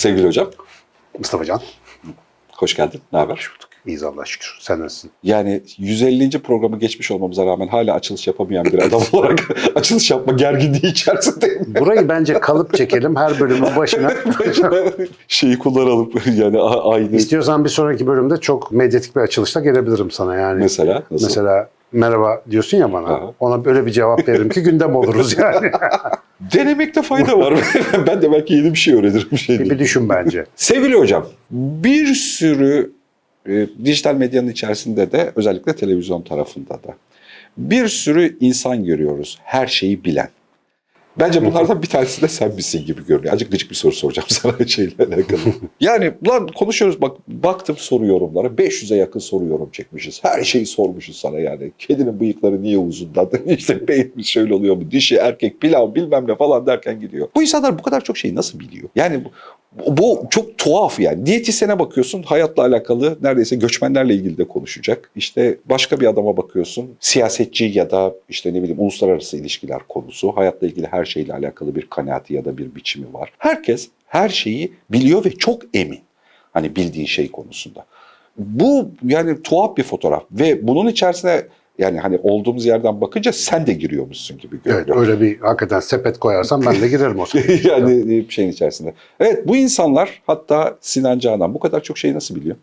Sevgili hocam, Mustafa Can. hoş geldin. Ne haber? Hoş bulduk. İyiyiz Allah'a şükür. Sen nasılsın? Yani 150. programı geçmiş olmamıza rağmen hala açılış yapamayan bir adam olarak açılış yapma gerginliği içerisindeyim. Burayı bence kalıp çekelim her bölümün başına. Şeyi kullanalım yani aynı. İstiyorsan bir sonraki bölümde çok medyatik bir açılışla gelebilirim sana yani. Mesela? Nasıl? Mesela merhaba diyorsun ya bana. Aha. Ona böyle bir cevap veririm ki gündem oluruz yani. Denemekte fayda var. Ben de belki yeni bir şey öğrenirim. Bir düşün bence. Sevgili hocam, bir sürü dijital medyanın içerisinde de özellikle televizyon tarafında da bir sürü insan görüyoruz. Her şeyi bilen. Bence bunlardan bir tanesi de sen misin gibi görünüyor. Azıcık gıcık bir soru soracağım sana şeyle alakalı. Yani lan konuşuyoruz baktım soru yorumlara. 500'e yakın soru yorum çekmişiz. Her şeyi sormuşuz sana yani. Kedinin bıyıkları niye uzundan? İşte beyin şöyle oluyor mu? Dişi, erkek, pilav bilmem ne falan derken gidiyor. Bu insanlar bu kadar çok şeyi nasıl biliyor? Yani bu çok tuhaf yani. Diyetisyene bakıyorsun hayatla alakalı neredeyse göçmenlerle ilgili de konuşacak. İşte başka bir adama bakıyorsun siyasetçi ya da işte ne bileyim uluslararası ilişkiler konusu. Hayatla ilgili her şeyle alakalı bir kanaati ya da bir biçimi var. Herkes her şeyi biliyor ve çok emin. Hani bildiği şey konusunda. Bu yani tuhaf bir fotoğraf ve bunun içerisine yani hani olduğumuz yerden bakınca sen de giriyormuşsun gibi görünüyor. Evet, öyle bir hakikaten sepet koyarsam ben de girerim o zaman. Yani bir şeyin içerisinde. Evet bu insanlar hatta Sinan Canan bu kadar çok şeyi nasıl biliyor?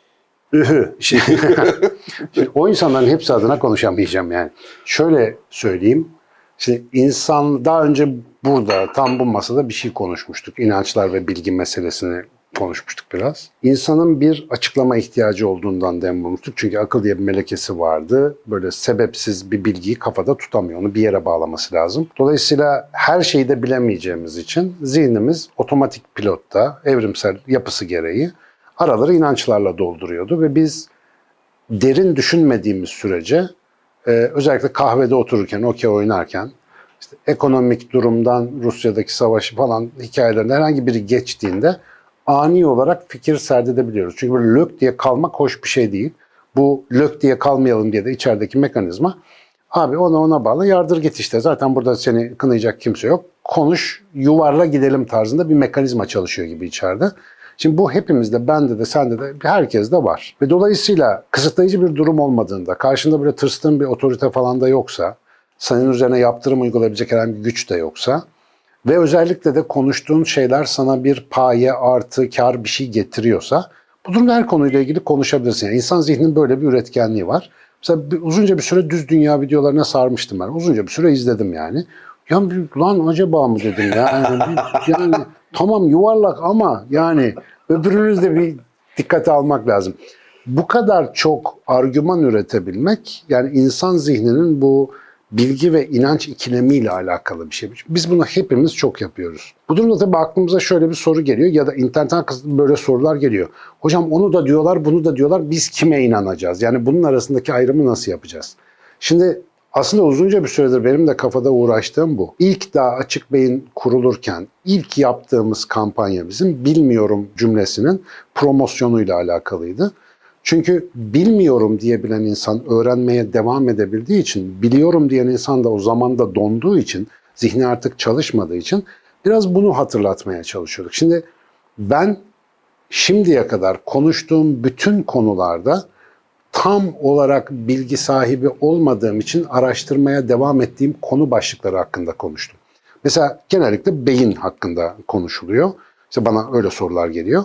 Şimdi o insanların hepsi adına konuşamayacağım yani. Şöyle söyleyeyim. Şimdi insan daha önce burada tam bu masada bir şey konuşmuştuk. İnançlar ve bilgi meselesini konuşmuştuk biraz. İnsanın bir açıklama ihtiyacı olduğundan dem vurmuştuk. Çünkü akıl diye bir melekesi vardı. Böyle sebepsiz bir bilgiyi kafada tutamıyor. Onu bir yere bağlaması lazım. Dolayısıyla her şeyi de bilemeyeceğimiz için zihnimiz otomatik pilotta, evrimsel yapısı gereği araları inançlarla dolduruyordu ve biz derin düşünmediğimiz sürece özellikle kahvede otururken, okey oynarken işte ekonomik durumdan Rusya'daki savaşı falan hikayelerinde herhangi biri geçtiğinde ani olarak fikir serdedebiliyoruz. Çünkü böyle lök diye kalmak hoş bir şey değil. Bu lök diye kalmayalım diye de içerideki mekanizma abi ona bağla yardır git işte. Zaten burada seni kınayacak kimse yok. Konuş, yuvarla gidelim tarzında bir mekanizma çalışıyor gibi içeride. Şimdi bu hepimizde, bende de, sende de, herkes de var. Ve dolayısıyla kısıtlayıcı bir durum olmadığında, karşında böyle tırstığın bir otorite falan da yoksa, senin üzerine yaptırım uygulayabilecek herhangi bir güç de yoksa ve özellikle de konuştuğun şeyler sana bir paye, artı, kar bir şey getiriyorsa bu durumda her konuyla ilgili konuşabilirsin. Yani insan zihninin böyle bir üretkenliği var. Mesela uzunca bir süre düz dünya videolarına sarmıştım ben. Uzunca bir süre izledim yani. Ya lan acaba mı dedim ya. Yani tamam yuvarlak ama yani öbürünüz de bir dikkate almak lazım. Bu kadar çok argüman üretebilmek yani insan zihninin bu bilgi ve inanç ikilemiyle alakalı bir şey. Biz bunu hepimiz çok yapıyoruz. Bu durumda tabii aklımıza şöyle bir soru geliyor ya da internetten böyle sorular geliyor. Hocam onu da diyorlar, bunu da diyorlar. Biz kime inanacağız? Yani bunun arasındaki ayrımı nasıl yapacağız? Şimdi aslında uzunca bir süredir benim de kafada uğraştığım bu. İlk daha Açık Beyin kurulurken ilk yaptığımız kampanya bizim bilmiyorum cümlesinin promosyonuyla alakalıydı. Çünkü bilmiyorum diyebilen insan öğrenmeye devam edebildiği için, biliyorum diyen insan da o zamanda donduğu için, zihni artık çalışmadığı için biraz bunu hatırlatmaya çalışıyorduk. Şimdi ben şimdiye kadar konuştuğum bütün konularda tam olarak bilgi sahibi olmadığım için araştırmaya devam ettiğim konu başlıkları hakkında konuştum. Mesela genellikle beyin hakkında konuşuluyor. İşte bana öyle sorular geliyor.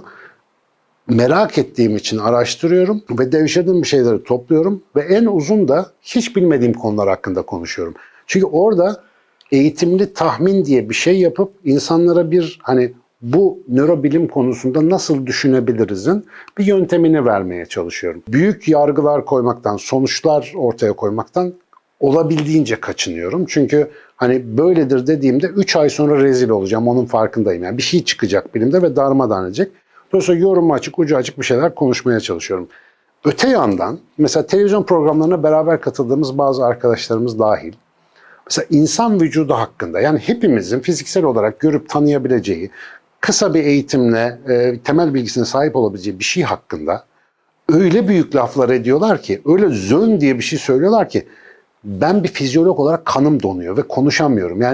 Merak ettiğim için araştırıyorum ve devşirdiğim bir şeyleri topluyorum ve en uzun da hiç bilmediğim konular hakkında konuşuyorum. Çünkü orada eğitimli tahmin diye bir şey yapıp insanlara bir hani bu nörobilim konusunda nasıl düşünebilirizin bir yöntemini vermeye çalışıyorum. Büyük yargılar koymaktan, sonuçlar ortaya koymaktan olabildiğince kaçınıyorum. Çünkü hani böyledir dediğimde 3 ay sonra rezil olacağım, onun farkındayım. Yani bir şey çıkacak bilimde ve darmadağın edecek. Dolayısıyla yorumu açık, ucu açık bir şeyler konuşmaya çalışıyorum. Öte yandan mesela televizyon programlarına beraber katıldığımız bazı arkadaşlarımız dahil. Mesela insan vücudu hakkında yani hepimizin fiziksel olarak görüp tanıyabileceği, kısa bir eğitimle temel bilgisine sahip olabileceği bir şey hakkında öyle büyük laflar ediyorlar ki, öyle zön diye bir şey söylüyorlar ki ben bir fizyolog olarak kanım donuyor ve konuşamıyorum. Yani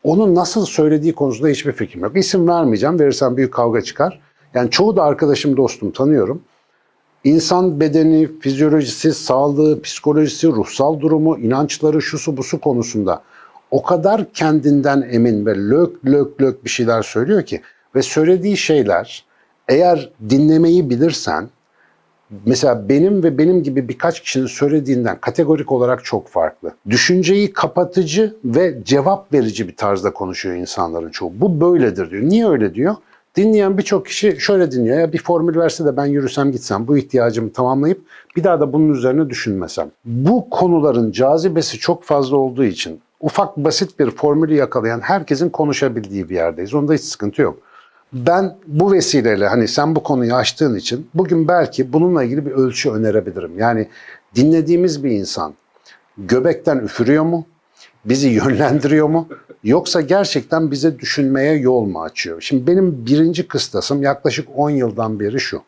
Onu nasıl söylediği konusunda hiçbir fikrim yok. İsim vermeyeceğim. Verirsem büyük kavga çıkar. Yani çoğu da arkadaşım, dostum, tanıyorum. İnsan bedeni, fizyolojisi, sağlığı, psikolojisi, ruhsal durumu, inançları, şusu busu konusunda o kadar kendinden emin ve lök lök lök bir şeyler söylüyor ki ve söylediği şeyler eğer dinlemeyi bilirsen mesela benim ve benim gibi birkaç kişinin söylediğinden kategorik olarak çok farklı. Düşünceyi kapatıcı ve cevap verici bir tarzda konuşuyor insanların çoğu. Bu böyledir diyor. Niye öyle diyor? Dinleyen birçok kişi şöyle dinliyor. Ya bir formül verse de ben yürüsem gitsem bu ihtiyacımı tamamlayıp bir daha da bunun üzerine düşünmesem. Bu konuların cazibesi çok fazla olduğu için ufak basit bir formülü yakalayan herkesin konuşabildiği bir yerdeyiz. Onda hiç sıkıntı yok. Ben bu vesileyle hani sen bu konuyu açtığın için bugün belki bununla ilgili bir ölçü önerebilirim. Yani dinlediğimiz bir insan göbekten üfürüyor mu? Bizi yönlendiriyor mu? Yoksa gerçekten bize düşünmeye yol mu açıyor? Şimdi benim birinci kıstasım yaklaşık 10 yıldan beri şu.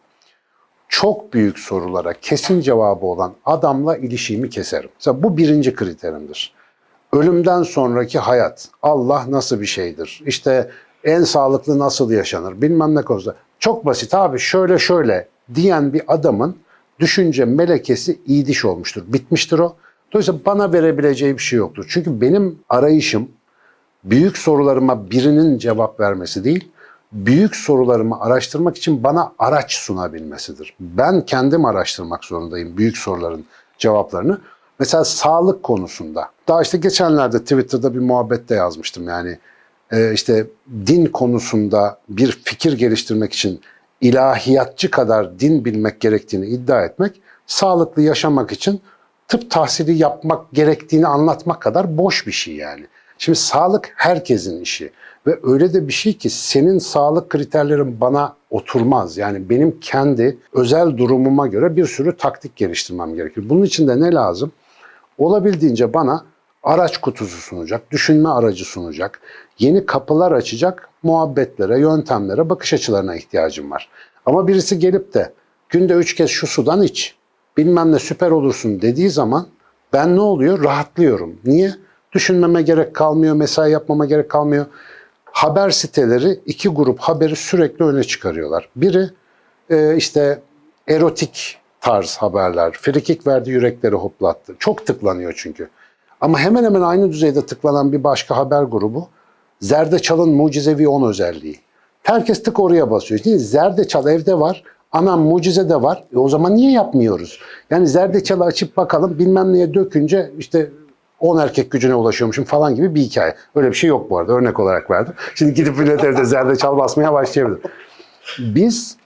Çok büyük sorulara kesin cevabı olan adamla ilişiğimi keserim. Mesela bu birinci kriterimdir. Ölümden sonraki hayat, Allah nasıl bir şeydir? İşte en sağlıklı nasıl yaşanır? Bilmem ne konusunda. Çok basit abi şöyle şöyle diyen bir adamın düşünce melekesi iyiliş olmuştur. Bitmiştir o. Dolayısıyla bana verebileceği bir şey yoktur. Çünkü benim arayışım büyük sorularıma birinin cevap vermesi değil, büyük sorularımı araştırmak için bana araç sunabilmesidir. Ben kendim araştırmak zorundayım büyük soruların cevaplarını. Mesela sağlık konusunda. Daha işte geçenlerde Twitter'da bir muhabbette yazmıştım. Yani işte din konusunda bir fikir geliştirmek için ilahiyatçı kadar din bilmek gerektiğini iddia etmek, sağlıklı yaşamak için tıp tahsili yapmak gerektiğini anlatmak kadar boş bir şey yani. Şimdi sağlık herkesin işi ve öyle de bir şey ki senin sağlık kriterlerin bana oturmaz. Yani benim kendi özel durumuma göre bir sürü taktik geliştirmem gerekir. Bunun için de ne lazım? Olabildiğince bana araç kutusu sunacak, düşünme aracı sunacak, yeni kapılar açacak muhabbetlere, yöntemlere, bakış açılarına ihtiyacım var. Ama birisi gelip de günde 3 kez şu sudan iç, bilmem ne süper olursun dediği zaman ben ne oluyor? Rahatlıyorum. Niye? Düşünmeme gerek kalmıyor, mesai yapmama gerek kalmıyor. Haber siteleri iki grup haberi sürekli öne çıkarıyorlar. Biri işte erotik tarz haberler, frikik verdi yürekleri hoplattı. Çok tıklanıyor çünkü. Ama hemen hemen aynı düzeyde tıklanan bir başka haber grubu Zerdeçal'ın mucizevi 10 özelliği. Herkes tık oraya basıyor. Değil mi? Zerdeçal evde var, anam mucize de var. O zaman niye yapmıyoruz? Yani Zerdeçal'ı açıp bakalım bilmem neye dökünce işte 10 erkek gücüne ulaşıyormuşum falan gibi bir hikaye. Öyle bir şey yok bu arada. Örnek olarak verdim. Şimdi gidip millet evde zerdeçal basmaya başlayabilir. Biz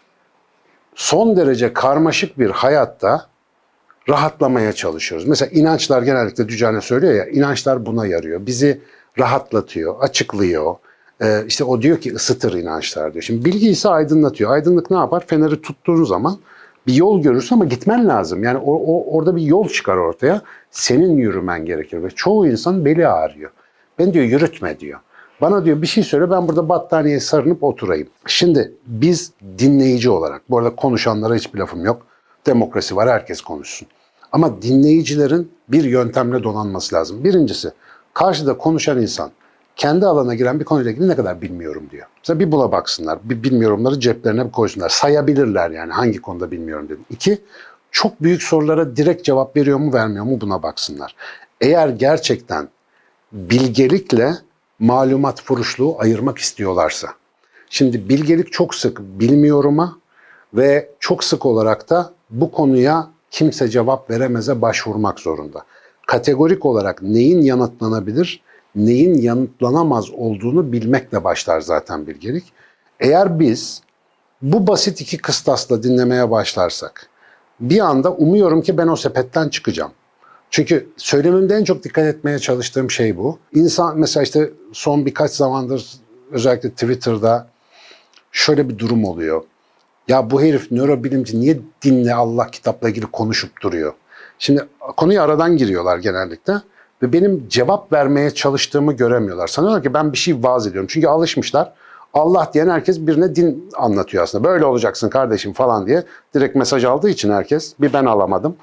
son derece karmaşık bir hayatta rahatlamaya çalışıyoruz. Mesela inançlar genellikle Dücane söylüyor ya, inançlar buna yarıyor. Bizi rahatlatıyor, açıklıyor. İşte o diyor ki ısıtır inançlar diyor. Şimdi bilgi ise aydınlatıyor. Aydınlık ne yapar? Feneri tuttuğun zaman bir yol görürsün ama gitmen lazım. Yani orada bir yol çıkar ortaya. Senin yürümen gerekir ve çoğu insan beli ağrıyor. Ben diyor yürütme diyor. Bana diyor bir şey söyle ben burada battaniyeye sarınıp oturayım. Şimdi biz dinleyici olarak, bu arada konuşanlara hiçbir lafım yok. Demokrasi var herkes konuşsun. Ama dinleyicilerin bir yöntemle donanması lazım. Birincisi karşıda konuşan insan kendi alana giren bir konuyla ilgili ne kadar bilmiyorum diyor. Mesela bir buna baksınlar. Bir bilmiyorumları ceplerine bir koysunlar. Sayabilirler yani hangi konuda bilmiyorum dedim. 2, çok büyük sorulara direkt cevap veriyor mu vermiyor mu buna baksınlar. Eğer gerçekten bilgelikle malumat furuşluğu ayırmak istiyorlarsa. Şimdi bilgelik çok sık bilmiyorum'a ve çok sık olarak da bu konuya kimse cevap veremeze başvurmak zorunda. Kategorik olarak neyin yanıtlanabilir, neyin yanıtlanamaz olduğunu bilmekle başlar zaten bilgelik. Eğer biz bu basit iki kıstasla dinlemeye başlarsak, bir anda umuyorum ki ben o sepetten çıkacağım. Çünkü söylemimde en çok dikkat etmeye çalıştığım şey bu. İnsan mesela işte son birkaç zamandır özellikle Twitter'da şöyle bir durum oluyor. Ya bu herif nörobilimci niye dinle Allah kitapla ilgili konuşup duruyor? Şimdi konuya aradan giriyorlar genellikle ve benim cevap vermeye çalıştığımı göremiyorlar. Sanıyorlar ki ben bir şey vaaz ediyorum. Çünkü alışmışlar. Allah diyen herkes birine din anlatıyor aslında. Böyle olacaksın kardeşim falan diye. Direkt mesaj aldığı için herkes. Bir ben alamadım.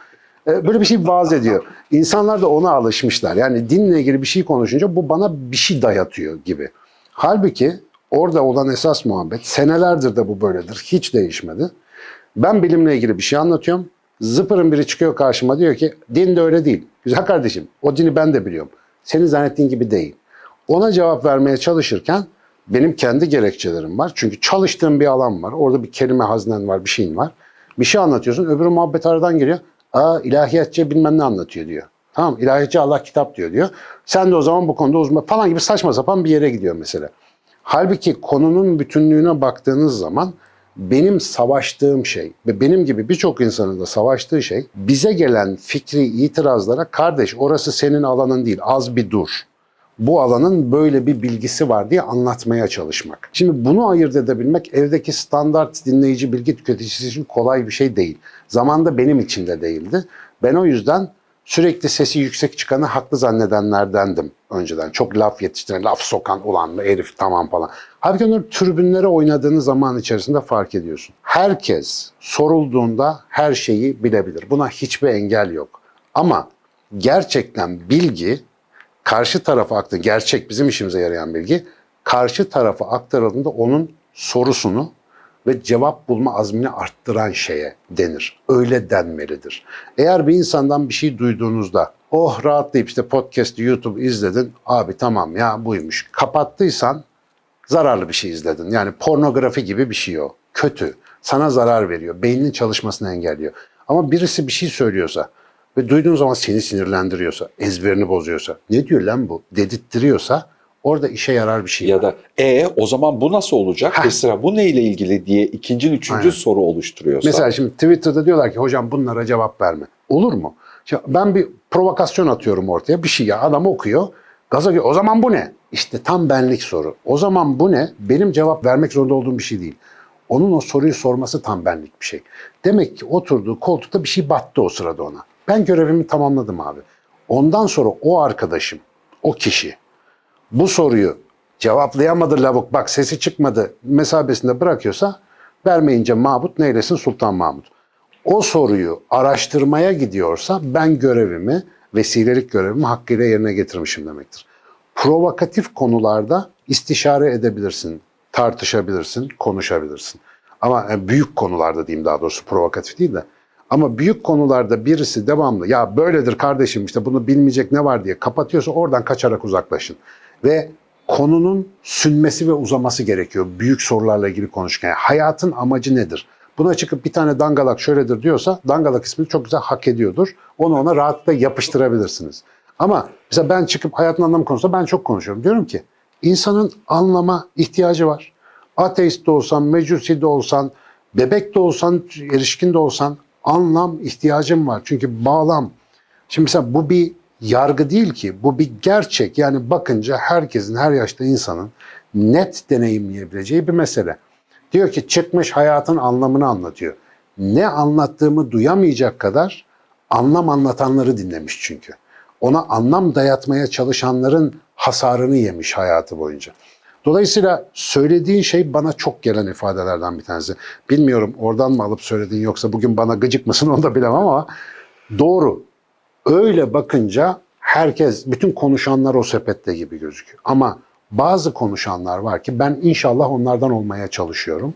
Böyle bir şey vaaz ediyor. İnsanlar da ona alışmışlar. Yani dinle ilgili bir şey konuşunca bu bana bir şey dayatıyor gibi. Halbuki orada olan esas muhabbet, senelerdir de bu böyledir, hiç değişmedi. Ben bilimle ilgili bir şey anlatıyorum. Zıpırın biri çıkıyor karşıma, diyor ki din de öyle değil. Güzel kardeşim, o dini ben de biliyorum. Senin zannettiğin gibi değil. Ona cevap vermeye çalışırken benim kendi gerekçelerim var. Çünkü çalıştığım bir alan var. Orada bir kelime haznen var, bir şeyin var. Bir şey anlatıyorsun, öbürü muhabbet aradan geliyor. Aa, ilahiyatçı bilmem ne anlatıyor diyor. Tamam, ilahiyatçı Allah kitap diyor. Sen de o zaman bu konuda uzman falan gibi saçma sapan bir yere gidiyor mesela. Halbuki konunun bütünlüğüne baktığınız zaman benim savaştığım şey ve benim gibi birçok insanın da savaştığı şey, bize gelen fikri itirazlara kardeş orası senin alanın değil, az bir dur. Bu alanın böyle bir bilgisi var diye anlatmaya çalışmak. Şimdi bunu ayırt edebilmek evdeki standart dinleyici bilgi tüketicisi için kolay bir şey değil. Zamanda benim için de değildi. Ben o yüzden sürekli sesi yüksek çıkanı haklı zannedenlerdendim önceden. Çok laf yetiştiren, laf sokan olan herif tamam falan. Halbuki onları tribünlere oynadığınız zaman içerisinde fark ediyorsun. Herkes sorulduğunda her şeyi bilebilir. Buna hiçbir engel yok. Ama gerçekten bilgi karşı tarafa aktarıldığında, gerçek bizim işimize yarayan bilgi, karşı tarafa aktarıldığında onun sorusunu ve cevap bulma azmini arttıran şeye denir. Öyle denmelidir. Eğer bir insandan bir şey duyduğunuzda, oh rahatlayıp işte podcast, YouTube izledin, abi tamam ya buymuş. Kapattıysan zararlı bir şey izledin. Yani pornografi gibi bir şey o. Kötü. Sana zarar veriyor. Beyninin çalışmasını engelliyor. Ama birisi bir şey söylüyorsa ve duyduğun zaman seni sinirlendiriyorsa, ezberini bozuyorsa, ne diyor lan bu dedirttiriyorsa orada işe yarar bir şey Ya var. da o zaman bu nasıl olacak? Mesela bu neyle ilgili diye ikinci, üçüncü Aynen. soru oluşturuyorsa. Mesela şimdi Twitter'da diyorlar ki hocam bunlara cevap verme. Olur mu? Şimdi ben bir provokasyon atıyorum ortaya. Bir şey ya adam okuyor. Gaza geliyor. O zaman bu ne? İşte tam benlik soru. O zaman bu ne? Benim cevap vermek zorunda olduğum bir şey değil. Onun o soruyu sorması tam benlik bir şey. Demek ki oturduğu koltukta bir şey battı o sırada ona. Ben görevimi tamamladım abi. Ondan sonra o arkadaşım, o kişi bu soruyu cevaplayamadı lavuk, bak sesi çıkmadı mesabesinde bırakıyorsa vermeyince Mahmut neylesin Sultan Mahmut. O soruyu araştırmaya gidiyorsa ben görevimi, vesilelik görevimi hakkıyla yerine getirmişim demektir. Provokatif konularda istişare edebilirsin, tartışabilirsin, konuşabilirsin. Ama büyük konularda diyeyim daha doğrusu provokatif değil de. Ama büyük konularda birisi devamlı ya böyledir kardeşim işte bunu bilmeyecek ne var diye kapatıyorsa oradan kaçarak uzaklaşın. Ve konunun sünmesi ve uzaması gerekiyor büyük sorularla ilgili konuşurken. Yani hayatın amacı nedir? Buna çıkıp bir tane dangalak şöyledir diyorsa dangalak ismini çok güzel hak ediyordur. Onu ona rahatlıkla yapıştırabilirsiniz. Ama mesela ben çıkıp hayatın anlamı konusunda ben çok konuşuyorum. Diyorum ki insanın anlama ihtiyacı var. Ateist de olsan, mecusi de olsan, bebek de olsan, erişkin de olsan anlam ihtiyacım var. Çünkü bağlam. Şimdi mesela bu bir yargı değil ki. Bu bir gerçek. Yani bakınca herkesin, her yaşta insanın net deneyimleyebileceği bir mesele. Diyor ki çıkmış hayatın anlamını anlatıyor. Ne anlattığımı duyamayacak kadar anlam anlatanları dinlemiş çünkü. Ona anlam dayatmaya çalışanların hasarını yemiş hayatı boyunca. Dolayısıyla söylediğin şey bana çok gelen ifadelerden bir tanesi. Bilmiyorum oradan mı alıp söylediğin yoksa bugün bana gıcık mısın onu da bilemem ama doğru. Öyle bakınca herkes, bütün konuşanlar o sepette gibi gözüküyor. Ama bazı konuşanlar var ki ben inşallah onlardan olmaya çalışıyorum.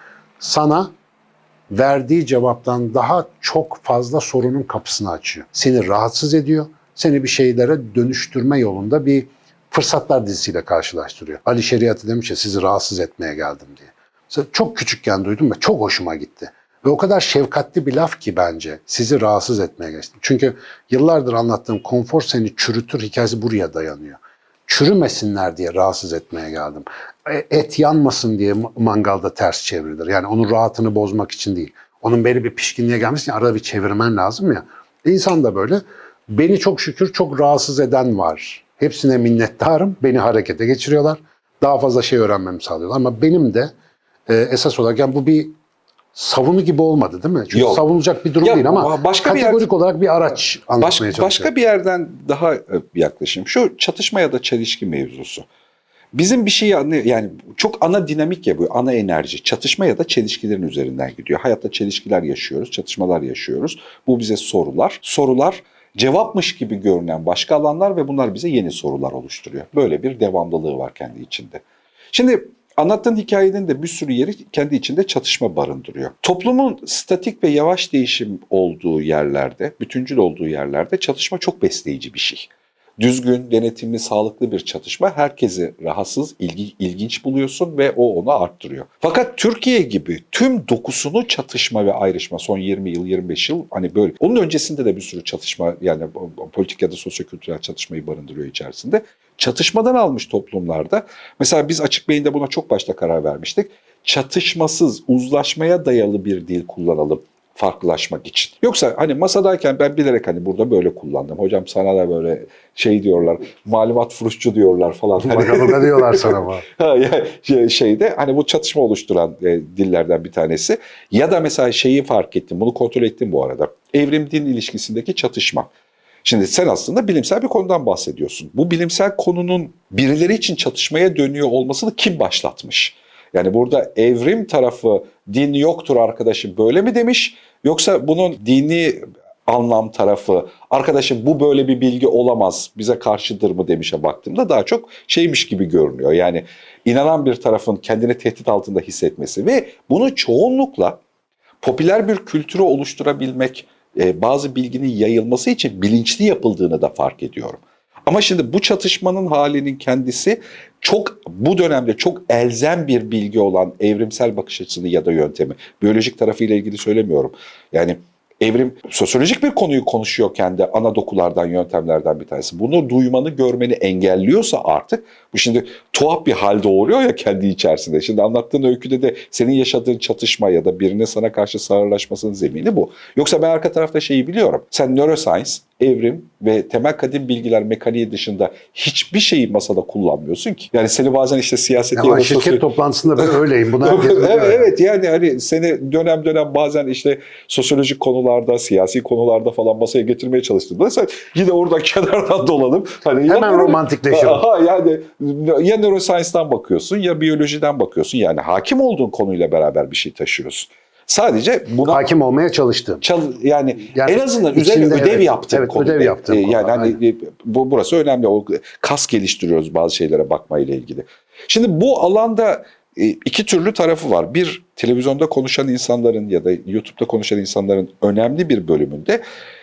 Sana verdiği cevaptan daha çok fazla sorunun kapısını açıyor. Seni rahatsız ediyor. Seni bir şeylere dönüştürme yolunda bir fırsatlar dizisiyle karşılaştırıyor. Ali Şeriatı demiş ya sizi rahatsız etmeye geldim diye. Mesela çok küçükken duydum ve çok hoşuma gitti. Ve o kadar şefkatli bir laf ki bence sizi rahatsız etmeye geçtim. Çünkü yıllardır anlattığım konfor seni çürütür hikayesi buraya dayanıyor. Çürümesinler diye rahatsız etmeye geldim. Et yanmasın diye mangalda ters çevrilir. Yani onun rahatını bozmak için değil. Onun belli bir pişkinliğe gelmişsin arada bir çevirmen lazım ya. İnsan da böyle. Beni çok şükür çok rahatsız eden var. Hepsine minnettarım. Beni harekete geçiriyorlar. Daha fazla şey öğrenmemi sağlıyorlar. Ama benim de esas olarak yani bu bir savunu gibi olmadı değil mi? Çünkü Yok. savunulacak bir durum Ya, değil ama kategorik olarak bir araç anlatmaya çalışıyorum. Başka bir yerden daha bir yaklaşım. Şu çatışma ya da çelişki mevzusu. Bizim bir şeyi yani çok ana dinamik ya bu, ana enerji. Çatışma ya da çelişkilerin üzerinden gidiyor. Hayatta çelişkiler yaşıyoruz, çatışmalar yaşıyoruz. Bu bize sorular. Sorular cevapmış gibi görünen başka alanlar ve bunlar bize yeni sorular oluşturuyor. Böyle bir devamlılığı var kendi içinde. Şimdi anlattığın hikayenin de bir sürü yeri kendi içinde çatışma barındırıyor. Toplumun statik ve yavaş değişim olduğu yerlerde, bütüncül olduğu yerlerde çatışma çok besleyici bir şey. Düzgün, denetimli, sağlıklı bir çatışma herkesi rahatsız, ilginç buluyorsun ve o onu arttırıyor. Fakat Türkiye gibi tüm dokusunu çatışma ve ayrışma son 20 yıl, 25 yıl hani böyle. Onun öncesinde de bir sürü çatışma yani politik ya da sosyokültürel çatışmayı barındırıyor içerisinde. Çatışmadan almış toplumlarda mesela biz Açık Beyin'de buna çok başta karar vermiştik. Çatışmasız, uzlaşmaya dayalı bir dil kullanalım farklılaşmak için. Yoksa hani masadayken ben bilerek hani burada böyle kullandım. Hocam sana da böyle şey diyorlar, malumat furuşçu diyorlar falan. Bakalım ne diyorlar sana bu. Şeyde hani bu çatışma oluşturan dillerden bir tanesi. Ya da mesela şeyi fark ettim, bunu kontrol ettim bu arada. Evrim-din ilişkisindeki çatışma. Şimdi sen aslında bilimsel bir konudan bahsediyorsun. Bu bilimsel konunun birileri için çatışmaya dönüyor olmasını kim başlatmış? Yani burada evrim tarafı din yoktur arkadaşım böyle mi demiş? Yoksa bunun dini anlam tarafı arkadaşım bu böyle bir bilgi olamaz bize karşıdır mı demişe baktığımda daha çok şeymiş gibi görünüyor. Yani inanan bir tarafın kendini tehdit altında hissetmesi ve bunu çoğunlukla popüler bir kültürü oluşturabilmek, bazı bilginin yayılması için bilinçli yapıldığını da fark ediyorum. Ama şimdi bu çatışmanın halinin kendisi çok bu dönemde çok elzem bir bilgi olan evrimsel bakış açısını ya da yöntemi. Biyolojik tarafıyla ilgili söylemiyorum. Yani evrim sosyolojik bir konuyu konuşuyorken de ana dokulardan, yöntemlerden bir tanesi. Bunu duymanı, görmeni engelliyorsa artık bu şimdi tuhaf bir hal doğuruyor ya kendi içerisinde. Şimdi anlattığın öyküde de senin yaşadığın çatışma ya da birinin sana karşı sağırlaşmasının zemini bu. Yoksa ben arka tarafta şeyi biliyorum. Sen neuroscience, evrim ve temel kadim bilgiler mekaniği dışında hiçbir şeyi masada kullanmıyorsun ki. Yani seni bazen işte siyaseti... Yani şirket toplantısında ben öyleyim. Buna evet yani hani seni dönem dönem bazen işte sosyolojik konularda, siyasi konularda falan masaya getirmeye çalıştığında sen yine oradan kenardan dolanıp hani hemen romantikleşiyor. Yani ya neuroscience'dan bakıyorsun ya biyolojiden bakıyorsun. Yani hakim olduğun konuyla beraber bir şey taşıyorsun. Sadece buna hakim olmaya çalıştım. Yani en azından üzerine ödev yaptığım evet, konu. Ödev yaptığım yani hani burası önemli. O kas geliştiriyoruz bazı şeylere bakmayla ilgili. Şimdi bu alanda iki türlü tarafı var. Bir, televizyonda konuşan insanların ya da YouTube'da konuşan insanların önemli bir bölümünde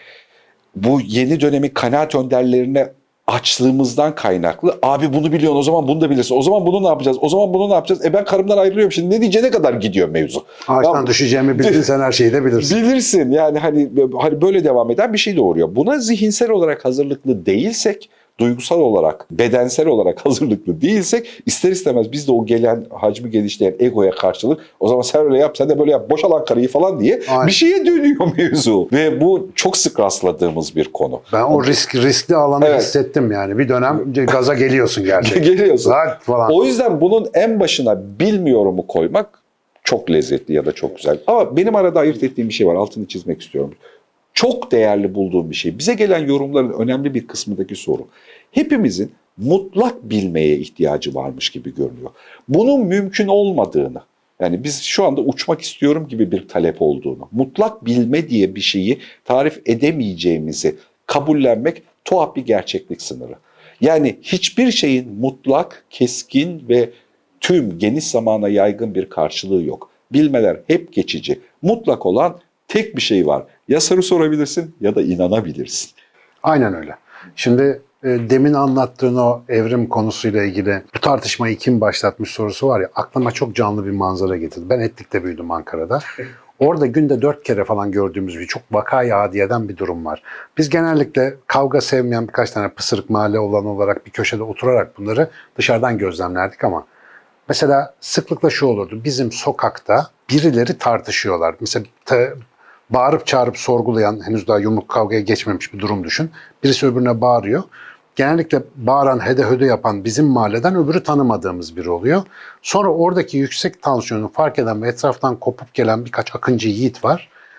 bu yeni dönemin kanaat önderlerine açlığımızdan kaynaklı. Abi bunu biliyorsun o zaman bunu da bilirsin. O zaman bunu ne yapacağız? O zaman bunu ne yapacağız? Ben karımdan ayrılıyorum şimdi ne diyeceğine kadar gidiyor mevzu. Ağaçtan düşeceğimi bildin sen her şeyi de bilirsin. Bilirsin yani hani böyle devam eden bir şey doğuruyor. Buna zihinsel olarak hazırlıklı değilsek, duygusal olarak, bedensel olarak hazırlıklı değilsek ister istemez biz de o gelen hacmi genişleyen egoya karşılık o zaman sen öyle yap sen de böyle yap boşalan karıyı falan diye bir şeye dönüyor mevzu. Ve bu çok sık rastladığımız bir konu. Ben o riskli alanı hissettim yani. Bir dönem gaza geliyorsun gerçekten. Geliyorsun. Falan. O yüzden bunun en başına bilmiyorumu koymak çok lezzetli ya da çok güzel. Ama benim arada ayırt ettiğim bir şey var. Altını çizmek istiyorum. Çok değerli bulduğum bir şey. Bize gelen yorumların önemli bir kısmındaki soru. Hepimizin mutlak bilmeye ihtiyacı varmış gibi görünüyor. Bunun mümkün olmadığını, yani biz şu anda uçmak istiyorum gibi bir talep olduğunu, mutlak bilme diye bir şeyi tarif edemeyeceğimizi kabullenmek tuhaf bir gerçeklik sınırı. Yani hiçbir şeyin mutlak, keskin ve tüm geniş zamana yaygın bir karşılığı yok. Bilmeler hep geçici. Mutlak olan tek bir şey var. Ya soru sorabilirsin ya da inanabilirsin. Aynen öyle. Şimdi demin anlattığın o evrim konusuyla ilgili bu tartışmayı kim başlatmış sorusu var ya aklıma çok canlı bir manzara getirdi. Ben Etlik'te büyüdüm Ankara'da. Orada günde 4 kere falan gördüğümüz bir çok vakayı adiyeden bir durum var. Biz genellikle kavga sevmeyen birkaç tane pısırık mahalle olan olarak bir köşede oturarak bunları dışarıdan gözlemlerdik ama mesela sıklıkla şu olurdu. Bizim sokakta birileri tartışıyorlar. Mesela bağırıp çağırıp sorgulayan, henüz daha yumruk kavgaya geçmemiş bir durum düşün. Birisi öbürüne bağırıyor. Genellikle bağıran, hede höde yapan bizim mahalleden öbürü tanımadığımız biri oluyor. Sonra oradaki yüksek tansiyonu fark eden ve etraftan kopup gelen birkaç akıncı yiğit var.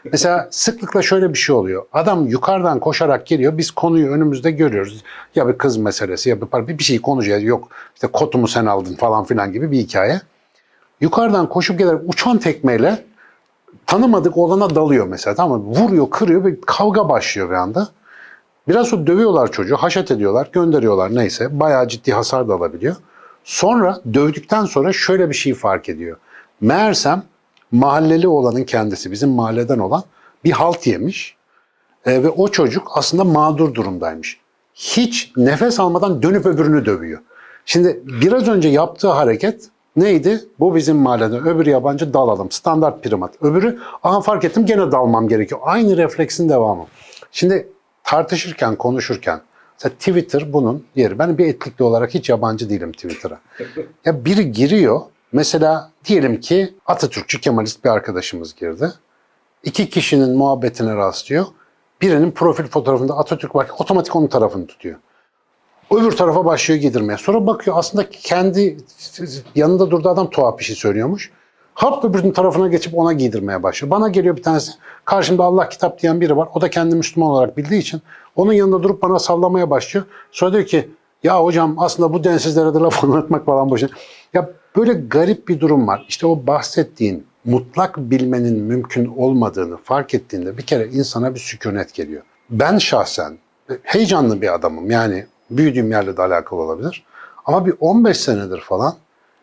Mesela sıklıkla şöyle bir şey oluyor. Adam yukarıdan koşarak geliyor. Biz konuyu önümüzde görüyoruz. Ya bir kız meselesi ya bir şey konuşuyor. Yok işte kotumu sen aldın falan filan gibi bir hikaye. Yukarıdan koşup gelerek uçan tekmeyle tanımadık olana dalıyor mesela. Tamam mı? Vuruyor, kırıyor ve kavga başlıyor bir anda. Biraz sonra dövüyorlar çocuğu, haşet ediyorlar, gönderiyorlar neyse. Bayağı ciddi hasar da alabiliyor. Sonra dövdükten sonra şöyle bir şey fark ediyor. Meğersem mahalleli olanın kendisi, bizim mahalleden olan bir halt yemiş. Ve o çocuk aslında mağdur durumdaymış. Hiç nefes almadan dönüp öbürünü dövüyor. Şimdi biraz önce yaptığı hareket neydi? Bu bizim mahalleden, öbürü yabancı dalalım. Standart primat. Öbürü, aha fark ettim gene dalmam gerekiyor. Aynı refleksin devamı. Şimdi tartışırken, konuşurken, mesela Twitter bunun yeri. Ben bir etnikli olarak hiç yabancı değilim Twitter'a. Ya biri giriyor, mesela diyelim ki Atatürkçü Kemalist bir arkadaşımız girdi. İki kişinin muhabbetine rastlıyor. Birinin profil fotoğrafında Atatürk var, otomatik onun tarafını tutuyor. Öbür tarafa başlıyor giydirmeye. Sonra bakıyor aslında kendi yanında durduğu adam tuhaf bir şey söylüyormuş. Hop öbürünün tarafına geçip ona giydirmeye başlıyor. Bana geliyor bir tanesi. Karşımda Allah kitap diyen biri var. O da kendi Müslüman olarak bildiği için onun yanında durup bana sallamaya başlıyor. Sonra diyor ki ya hocam aslında bu densizlere de laf anlatmak falan boşuna. Ya böyle garip bir durum var. İşte o bahsettiğin mutlak bilmenin mümkün olmadığını fark ettiğinde bir kere insana bir sükunet geliyor. Ben şahsen heyecanlı bir adamım. Yani büyüdüğüm yerle de alakalı olabilir. Ama bir 15 senedir falan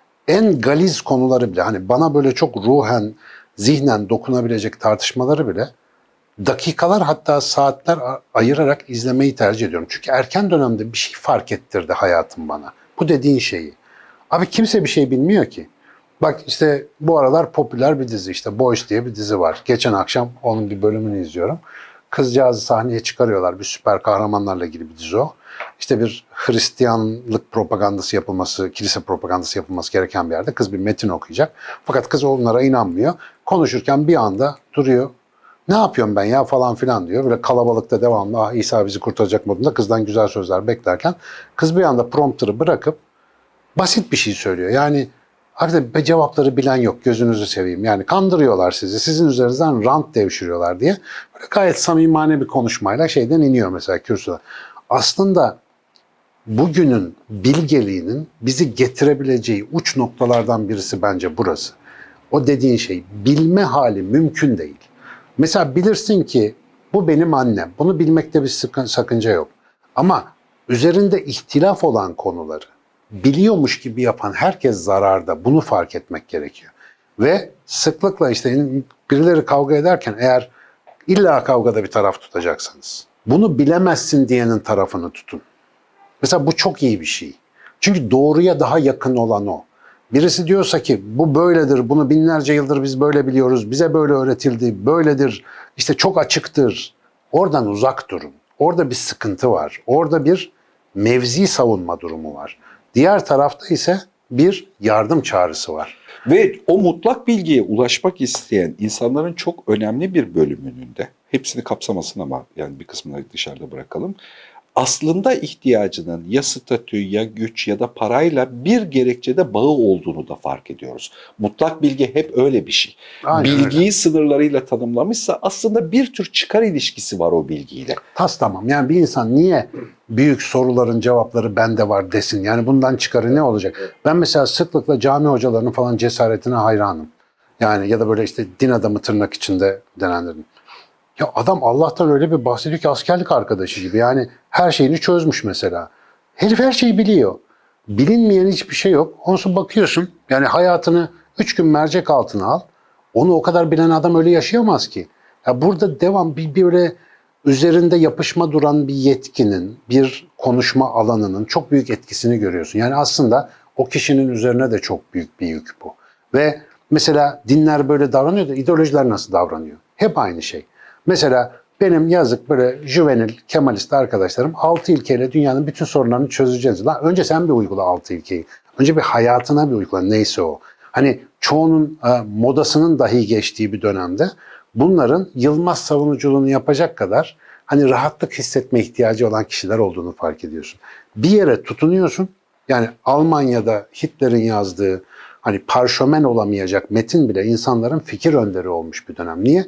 en galiz konuları bile hani bana böyle çok ruhen, zihnen dokunabilecek tartışmaları bile dakikalar hatta saatler ayırarak izlemeyi tercih ediyorum. Çünkü erken dönemde bir şey fark ettirdi hayatım bana. Bu dediğin şeyi. Abi kimse bir şey bilmiyor ki. Bak işte bu aralar popüler bir dizi işte Boys diye bir dizi var. Geçen akşam onun bir bölümünü izliyorum. Kızcağızı sahneye çıkarıyorlar. Bir süper kahramanlarla ilgili bir dizi o. İşte bir Hristiyanlık propagandası yapılması, kilise propagandası yapılması gereken bir yerde kız bir metin okuyacak. Fakat kız onlara inanmıyor. Konuşurken bir anda duruyor. Ne yapıyorum ben ya falan filan diyor. Böyle kalabalıkta devamlı ah İsa bizi kurtaracak modunda kızdan güzel sözler beklerken kız bir anda prompter'ı bırakıp basit bir şey söylüyor. Yani arkadaşlar cevapları bilen yok gözünüzü seveyim. Yani kandırıyorlar sizi. Sizin üzerinizden rant devşiriyorlar diye. Böyle gayet samimane bir konuşmayla şeyden iniyor mesela kürsüden. Aslında bugünün bilgeliğinin bizi getirebileceği uç noktalardan birisi bence burası. O dediğin şey bilme hali mümkün değil. Mesela bilirsin ki bu benim annem. Bunu bilmekte bir sakınca yok. Ama üzerinde ihtilaf olan konuları biliyormuş gibi yapan herkes zararda. Bunu fark etmek gerekiyor. Ve sıklıkla işte birileri kavga ederken eğer illa kavgada bir taraf tutacaksanız bunu bilemezsin diyenin tarafını tutun. Mesela bu çok iyi bir şey. Çünkü doğruya daha yakın olan o. Birisi diyorsa ki bu böyledir, bunu binlerce yıldır biz böyle biliyoruz, bize böyle öğretildi, böyledir, işte çok açıktır. Oradan uzak durun. Orada bir sıkıntı var. Orada bir mevzi savunma durumu var. Diğer tarafta ise bir yardım çağrısı var. Ve o mutlak bilgiye ulaşmak isteyen insanların çok önemli bir bölümünün de, hepsini kapsamasın ama yani bir kısmını dışarıda bırakalım, aslında ihtiyacının ya statü ya güç ya da parayla bir gerekçede bağı olduğunu da fark ediyoruz. Mutlak bilgi hep öyle bir şey. Aynen Bilgiyi öyle. sınırlarıyla tanımlamışsa aslında bir tür çıkar ilişkisi var o bilgiyle. Tamam. Yani bir insan niye büyük soruların cevapları bende var desin? Yani bundan çıkarı ne olacak? Ben mesela sıklıkla cami hocalarının falan cesaretine hayranım. Yani ya da böyle işte din adamı tırnak içinde denenlerin. Ya adam Allah'tan öyle bir bahsediyor ki askerlik arkadaşı gibi. Yani her şeyini çözmüş mesela. Herif her şeyi biliyor. Bilinmeyen hiçbir şey yok. Ondan sonra bakıyorsun yani hayatını 3 gün mercek altına al. Onu o kadar bilen adam öyle yaşayamaz ki. Ya burada devam bir böyle üzerinde yapışma duran bir yetkinin, bir konuşma alanının çok büyük etkisini görüyorsun. Yani aslında o kişinin üzerine de çok büyük bir yük bu. Ve mesela dinler böyle davranıyor da ideolojiler nasıl davranıyor? Hep aynı şey. Mesela benim yazık böyle juvenil, kemalist arkadaşlarım 6 ilkeyle dünyanın bütün sorunlarını çözeceğiz. Lan önce sen bir uygula 6 ilkeyi. Önce bir hayatına bir uygula neyse o. Hani çoğunun modasının dahi geçtiği bir dönemde bunların Yılmaz savunuculuğunu yapacak kadar hani rahatlık hissetme ihtiyacı olan kişiler olduğunu fark ediyorsun. Bir yere tutunuyorsun. Yani Almanya'da Hitler'in yazdığı hani parşömen olamayacak metin bile insanların fikir önderi olmuş bir dönem. Niye?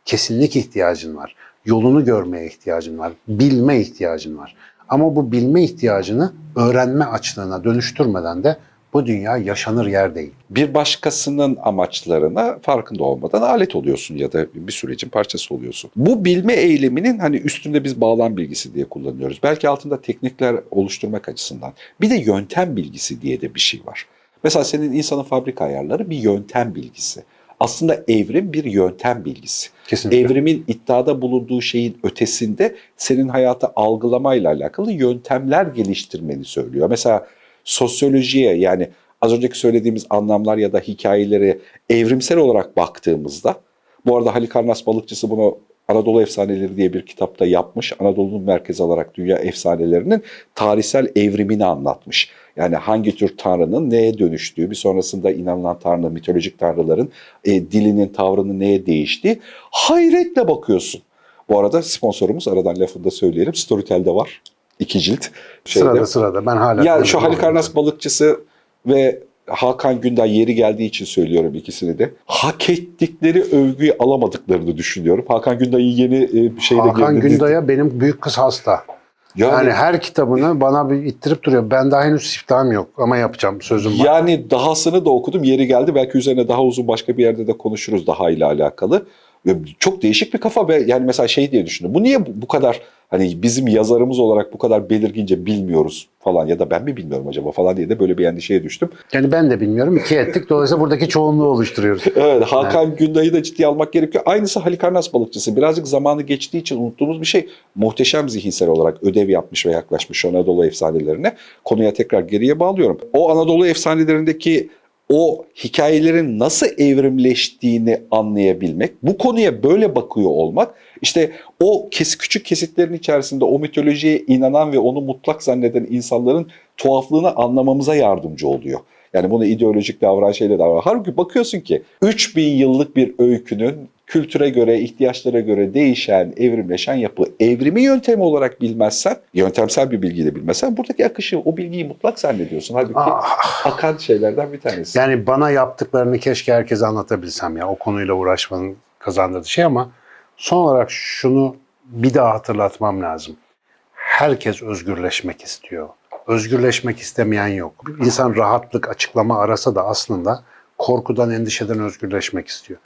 Kesinlik ihtiyacın var. Yolunu görmeye ihtiyacın var. Bilme ihtiyacın var. Ama bu bilme ihtiyacını öğrenme açlığına dönüştürmeden de bu dünya yaşanır yer değil. Bir başkasının amaçlarına farkında olmadan alet oluyorsun ya da bir sürecin parçası oluyorsun. Bu bilme eyleminin hani üstünde biz bağlam bilgisi diye kullanıyoruz. Belki altında teknikler oluşturmak açısından. Bir de yöntem bilgisi diye de bir şey var. Mesela senin insanın fabrika ayarları bir yöntem bilgisi. Aslında evrim bir yöntem bilgisi. Kesinlikle. Evrimin iddiada bulunduğu şeyin ötesinde senin hayatı algılamayla alakalı yöntemler geliştirmeni söylüyor. Mesela sosyolojiye, yani az önceki söylediğimiz anlamlar ya da hikayeleri evrimsel olarak baktığımızda, bu arada Halikarnas Balıkçısı bunu Anadolu Efsaneleri diye bir kitapta yapmış. Anadolu'nun merkezi olarak dünya efsanelerinin tarihsel evrimini anlatmış. Yani hangi tür tanrının neye dönüştüğü, bir sonrasında inanılan tanrı, mitolojik tanrıların dilinin, tavrının neye değiştiği, hayretle bakıyorsun. Bu arada sponsorumuz, aradan lafını da söyleyelim, Storytel'de var. 2 cilt. Sırada ben hala... Ya şu Halikarnas Balıkçısı ve Hakan Günday, yeri geldiği için söylüyorum ikisini de, hak ettikleri övgüyü alamadıklarını düşünüyorum. Hakan Günday'ın yeni şeyde Hakan Günday'a benim büyük kız hasta. Yani her kitabını bana bir ittirip duruyor. Ben daha henüz siftahım yok ama yapacağım, sözüm var. Yani dahasını da okudum, yeri geldi. Belki üzerine daha uzun başka bir yerde de konuşuruz daha ile alakalı. Çok değişik bir kafa ve yani mesela şey diye düşündüm. Bu niye bu kadar, hani bizim yazarımız olarak bu kadar belirgince bilmiyoruz falan, ya da ben mi bilmiyorum acaba falan diye de böyle bir endişeye düştüm. Yani ben de bilmiyorum. 2 ettik. Dolayısıyla buradaki çoğunluğu oluşturuyoruz. Evet, Hakan Günday'ı da ciddiye almak gerekiyor. Aynısı Halikarnas Balıkçısı. Birazcık zamanı geçtiği için unuttuğumuz bir şey. Muhteşem zihinsel olarak ödev yapmış ve yaklaşmış Anadolu efsanelerine. Konuya tekrar geriye bağlıyorum. O Anadolu efsanelerindeki o hikayelerin nasıl evrimleştiğini anlayabilmek, bu konuya böyle bakıyor olmak, işte o küçük kesitlerin içerisinde o mitolojiye inanan ve onu mutlak zanneden insanların tuhaflığını anlamamıza yardımcı oluyor. Yani bunu ideolojik davranışıyla davran. Halbuki bakıyorsun ki 3000 yıllık bir öykünün kültüre göre, ihtiyaçlara göre değişen, evrimleşen yapı. Evrimi yöntemi olarak bilmezsen, yöntemsel bir bilgiyle bilmezsen buradaki akışı, o bilgiyi mutlak zannediyorsun. Halbuki akan şeylerden bir tanesi. Yani bana yaptıklarını keşke herkese anlatabilsem ya. O konuyla uğraşmanın kazandırdığı şey, ama son olarak şunu bir daha hatırlatmam lazım. Herkes özgürleşmek istiyor. Özgürleşmek istemeyen yok. İnsan rahatlık, açıklama arasa da aslında korkudan, endişeden özgürleşmek istiyor.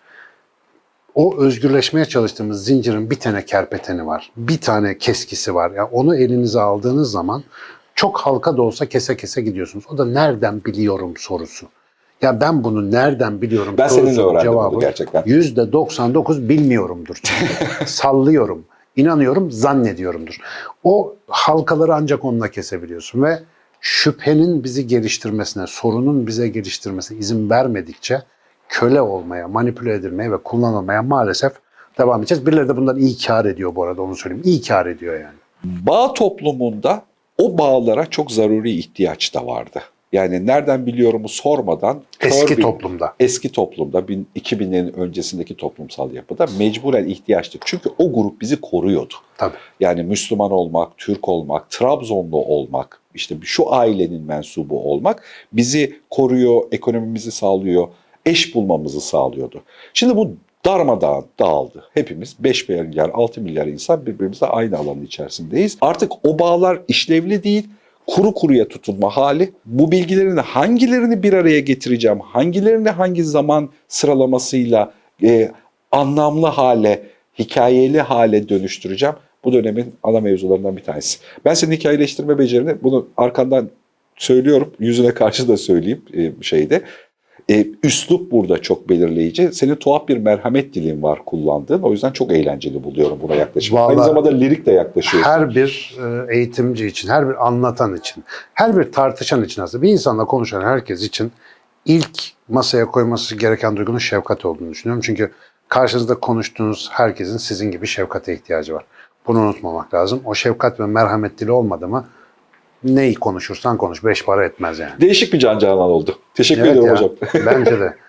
O özgürleşmeye çalıştığımız zincirin bir tane kerpeteni var. Bir tane keskisi var. Yani onu elinize aldığınız zaman çok halka da olsa kese kese gidiyorsunuz. O da nereden biliyorum sorusu. Ya ben bunu nereden biliyorum Ben seninle sorusunun öğrendim cevabı bunu gerçekten. %99 bilmiyorumdur. Sallıyorum, inanıyorum, zannediyorumdur. O halkaları ancak onunla kesebiliyorsun ve şüphenin bizi geliştirmesine, sorunun bize geliştirmesine izin vermedikçe köle olmaya, manipüle edilmeye ve kullanılmaya maalesef devam edeceğiz. Birileri de bundan iyi kâr ediyor bu arada, onu söyleyeyim. İyi kâr ediyor yani. Bağ toplumunda o bağlara çok zaruri ihtiyaç da vardı. Yani nereden biliyorumu sormadan... Eski toplumda 2000'lerin öncesindeki toplumsal yapıda mecburen ihtiyaçtı. Çünkü o grup bizi koruyordu. Tabii. Yani Müslüman olmak, Türk olmak, Trabzonlu olmak, işte şu ailenin mensubu olmak bizi koruyor, ekonomimizi sağlıyor, eş bulmamızı sağlıyordu. Şimdi bu darmadağın dağıldı. Hepimiz 5 milyar, 6 milyar insan birbirimizle aynı alanın içerisindeyiz. Artık o bağlar işlevli değil, kuru kuruya tutunma hali. Bu bilgilerin hangilerini bir araya getireceğim, hangilerini hangi zaman sıralamasıyla anlamlı hale, hikayeli hale dönüştüreceğim. Bu dönemin ana mevzularından bir tanesi. Ben senin hikayeleştirme becerini, bunu arkandan söylüyorum, yüzüne karşı da söyleyeyim şeyde. Üslup burada çok belirleyici. Senin tuhaf bir merhamet dilin var kullandığın. O yüzden çok eğlenceli buluyorum buna yaklaşımı. Aynı zamanda lirik de yaklaşıyorsun. Her bir eğitimci için, her bir anlatan için, her bir tartışan için, aslında bir insanla konuşan herkes için ilk masaya koyması gereken duygunun şefkat olduğunu düşünüyorum. Çünkü karşınızda konuştuğunuz herkesin sizin gibi şefkate ihtiyacı var. Bunu unutmamak lazım. O şefkat ve merhamet dili olmadı mı neyi konuşursan konuş, 5 para etmez yani. Değişik bir can canan oldu. Teşekkür ediyorum hocam. Bence de.